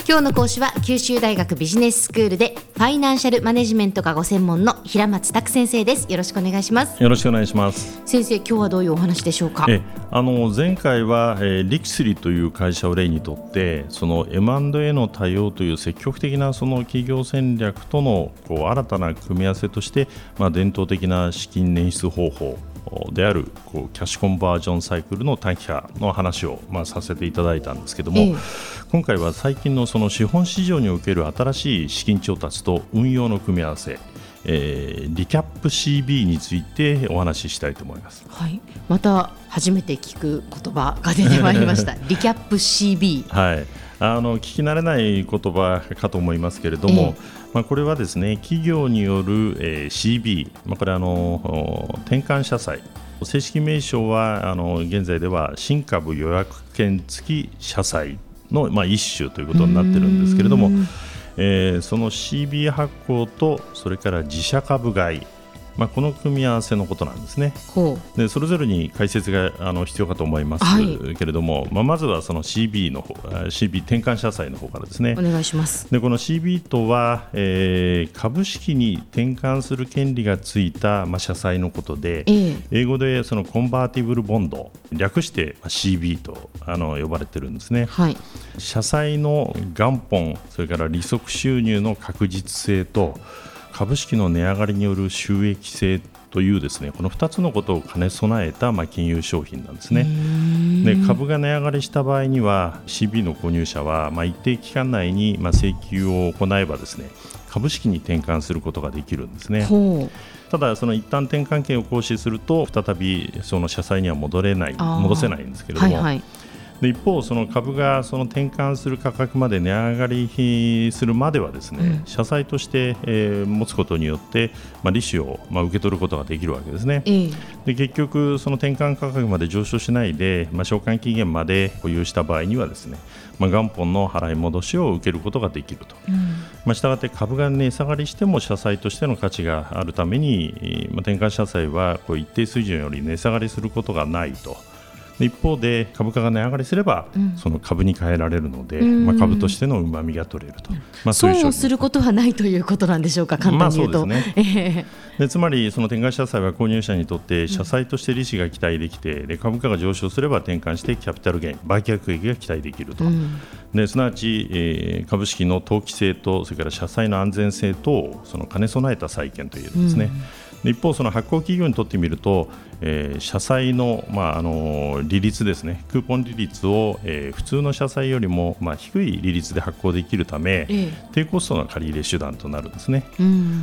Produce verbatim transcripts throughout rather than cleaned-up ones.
今日の講師は九州大学ビジネススクールでファイナンシャルマネジメントがご専門の平松卓先生です。よろしくお願いします。 よろしくお願いします。 先生、今日はどういうお話でしょうか。 えあの前回は、えー、リクスリという会社を例にとってその エムアンドエー の対応という積極的なその企業戦略とのこう新たな組み合わせとして、まあ、伝統的な資金捻出方法であるこうキャッシュコンバージョンサイクルの短期化の話を、まあ、させていただいたんですけども、ええ、今回は最近のその資本市場における新しい資金調達と運用の組み合わせ、えー、リキャップ シービー についてお話ししたいと思います。 はい、また初めて聞く言葉が出てまいりましたリキャップ シービー、 はい、あの聞き慣れない言葉かと思いますけれども、ええまあ、これはですね企業による、えー、シービー、まあ、これはあの転換社債、正式名称はあの現在では新株予約権付き社債の、まあ、一種ということになっているんですけれども、えー、その シービー 発行とそれから自社株買い、まあ、この組み合わせのことなんですね。でそれぞれに解説があの必要かと思います、はい、けれども、まあ、まずはその シービー の方 シービー 転換社債の方からですね。 お願いします。 でこの シービー とは、えー、株式に転換する権利がついた、まあ、社債のことで、えー、英語でそのコンバーティブルボンド、略して シービー とあの呼ばれているんですね、はい、社債の元本、それから利息収入の確実性と株式の値上がりによる収益性というですね、このふたつのことを兼ね備えた、まあ、金融商品なんですね。で株が値上がりした場合には シービー の購入者は、まあ、一定期間内に、まあ、請求を行えばですね株式に転換することができるんですね。ただその一旦転換権を行使すると再びその社債には戻れない戻せないんですけれども、はいはい、で一方その株がその転換する価格まで値上がりするまではですね、うん、社債として、えー、持つことによって、まあ、利子を、まあ、受け取ることができるわけですね、えー、で結局その転換価格まで上昇しないで、まあ、償還期限まで保有した場合にはですね、まあ、元本の払い戻しを受けることができると、うんまあ、したがって株が値下がりしても社債としての価値があるために、まあ、転換社債はこう一定水準より値下がりすることがないと。一方で株価が値上がりすれば、うん、その株に変えられるので、まあ、株としてのうまみが取れると、まあ、そういう損をすることはないということなんでしょうか。簡単に言うと、まあそうですねでつまりその転換社債は購入者にとって社債として利子が期待できて、で株価が上昇すれば転換してキャピタルゲイン、売却益が期待できると、うん、ですなわち、えー、株式の投機性とそれから社債の安全性とをその兼ね備えた債券というんですね、うん、一方その発行企業にとってみると、えー、社債の、まあ、あの利率ですね、クーポン利率を、えー、普通の社債よりも、まあ、低い利率で発行できるため、ええ、低コストの借り入れ手段となるんですね、うん、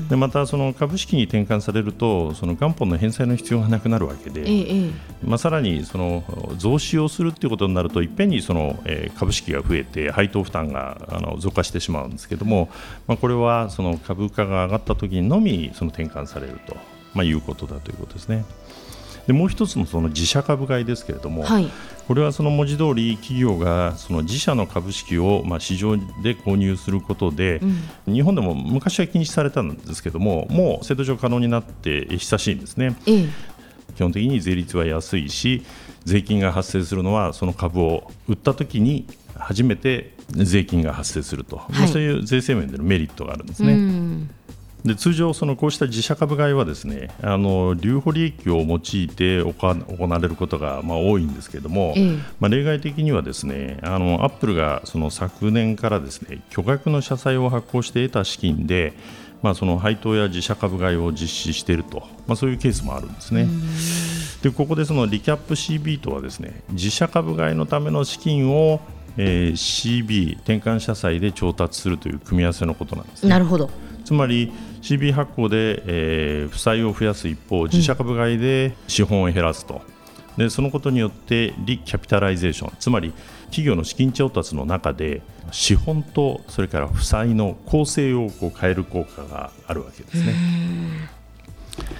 でまたその株式に転換されるとその元本の返済の必要がなくなるわけで、ええまあ、さらにその増資をするということになるといっぺんにその、えー、株式が増えて配当負担があの増加してしまうんですけども、まあ、これはその株価が上がった時にのみその転換されると、まあ、いうことだということですね。でもう一つのその自社株買いですけれども、はい、これはその文字通り企業がその自社の株式をまあ市場で購入することで、うん、日本でも昔は禁止されたんですけども、もう制度上可能になって久しいんですね、ええ、基本的に税率は安いし税金が発生するのはその株を売った時に初めて税金が発生すると、はい、そういう税制面でのメリットがあるんですね。うんで通常そのこうした自社株買いはですね、あの留保利益を用いて行われることがまあ多いんですけれども、ええまあ、例外的にはですね、あのアップルがその昨年からですね巨額の社債を発行して得た資金で、まあ、その配当や自社株買いを実施していると、まあ、そういうケースもあるんですね。でここでそのリキャップ シービー とはですね、自社株買いのための資金をえー、シービー 転換社債で調達するという組み合わせのことなんですね。 なるほど。 つまり シービー 発行で、えー、負債を増やす一方、自社株買いで資本を減らすと、うん、でそのことによってリキャピタライゼーション、つまり企業の資金調達の中で資本とそれから負債の構成をこう変える効果があるわけですね。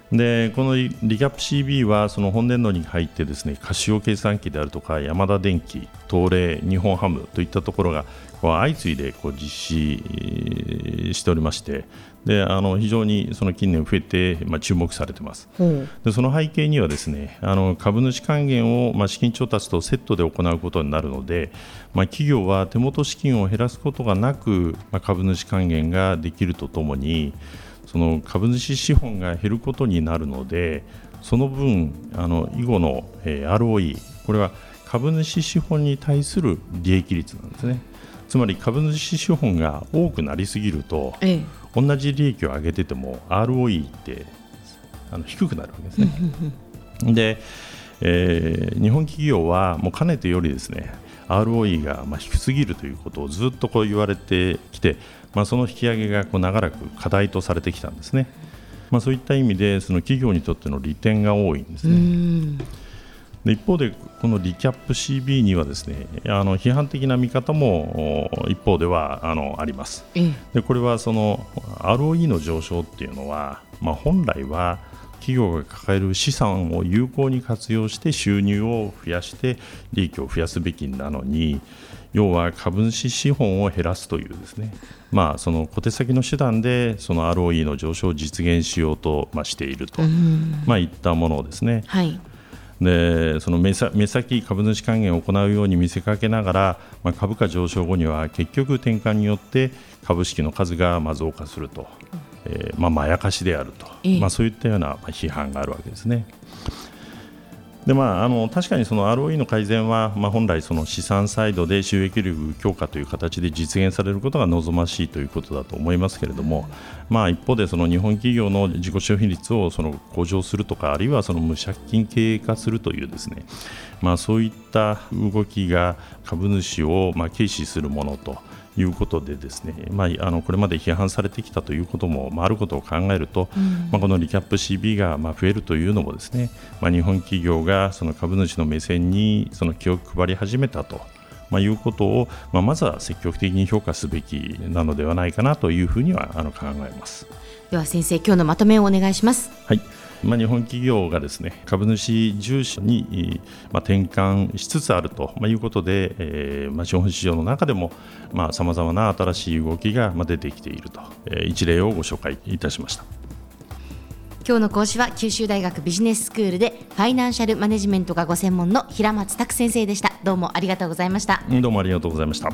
でこのリキャップ シービー はその本年度に入ってですね、カシオ計算機であるとかヤマダ電機、東レ、日本ハムといったところがこう相次いでこう実施しておりまして、であの非常にその近年増えて、まあ、注目されています。でその背景にはですね、あの株主還元を、まあ、資金調達とセットで行うことになるので、まあ、企業は手元資金を減らすことがなく、まあ、株主還元ができるとともに、その株主資本が減ることになるので、その分あの以後の、えー、アールオーイー、 これは株主資本に対する利益率なんですね。つまり株主資本が多くなりすぎると、ええ、同じ利益を上げてても アールオーイー ってあの低くなるわけですね。で、えー、日本企業はもうかねてよりですね、アールオーイー がまあ低すぎるということをずっとこう言われてきて、まあ、その引き上げがこう長らく課題とされてきたんですね。まあ、そういった意味でその企業にとっての利点が多いんですね。で一方でこのリキャップ シービー にはですね、あの批判的な見方も一方ではあのあります。でこれはその アールオーイー の上昇っていうのは、まあ、本来は企業が抱える資産を有効に活用して収入を増やして利益を増やすべきなのに、要は株主資本を減らすというですね、まあ、その小手先の手段でその アールオーイー の上昇を実現しようと、まあ、していると、まあ、いったものですね。はい、でその目先、目先株主還元を行うように見せかけながら、まあ、株価上昇後には結局転換によって株式の数がまあ増加すると、えーまあ、まやかしであると、ええまあ、そういったような批判があるわけですね。でまあ、あの確かにその アールオーイー の改善は、まあ、本来その資産サイドで収益力強化という形で実現されることが望ましいということだと思いますけれども、まあ、一方でその日本企業の自己消費率をその向上するとか、あるいはその無借金経営化するというですね、まあ、そういった動きが株主をまあ軽視するものということでですね、まあ、あのこれまで批判されてきたということも、まあ、あることを考えると、うんまあ、このリキャップ シービー がまあ増えるというのもですね、まあ、日本企業がその株主の目線にその気を配り始めたと、まあ、いうことを、まあ、まずは積極的に評価すべきなのではないかなというふうにはあの考えます。 では先生、今日のまとめをお願いします。 はい、まあ、日本企業がですね、株主重視に、まあ、転換しつつあるということで、えーまあ、資本市場の中でもさまざまな新しい動きが出てきていると、えー、一例をご紹介いたしました。 今日の講師は九州大学ビジネススクールでファイナンシャルマネジメントがご専門の平松卓先生でした。どうもありがとうございました。 どうもありがとうございました。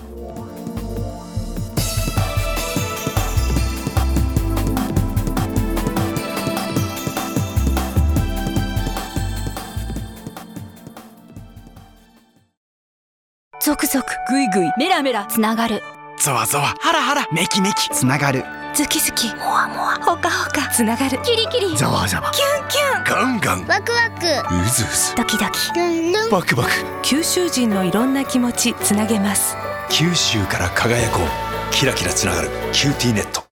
ゾクゾクグイグイメラメラつながる、 ゾワゾワハラハラメキメキつながる、 ズキズキモワモワホカホカつながる、キリキリザワザワキュンキュンガンガンワクワクウズウズドキドキルンルンバクバク、 九州人のいろんな気持ちつなげます。 九州から輝こう、キラキラつながるキューティーネット。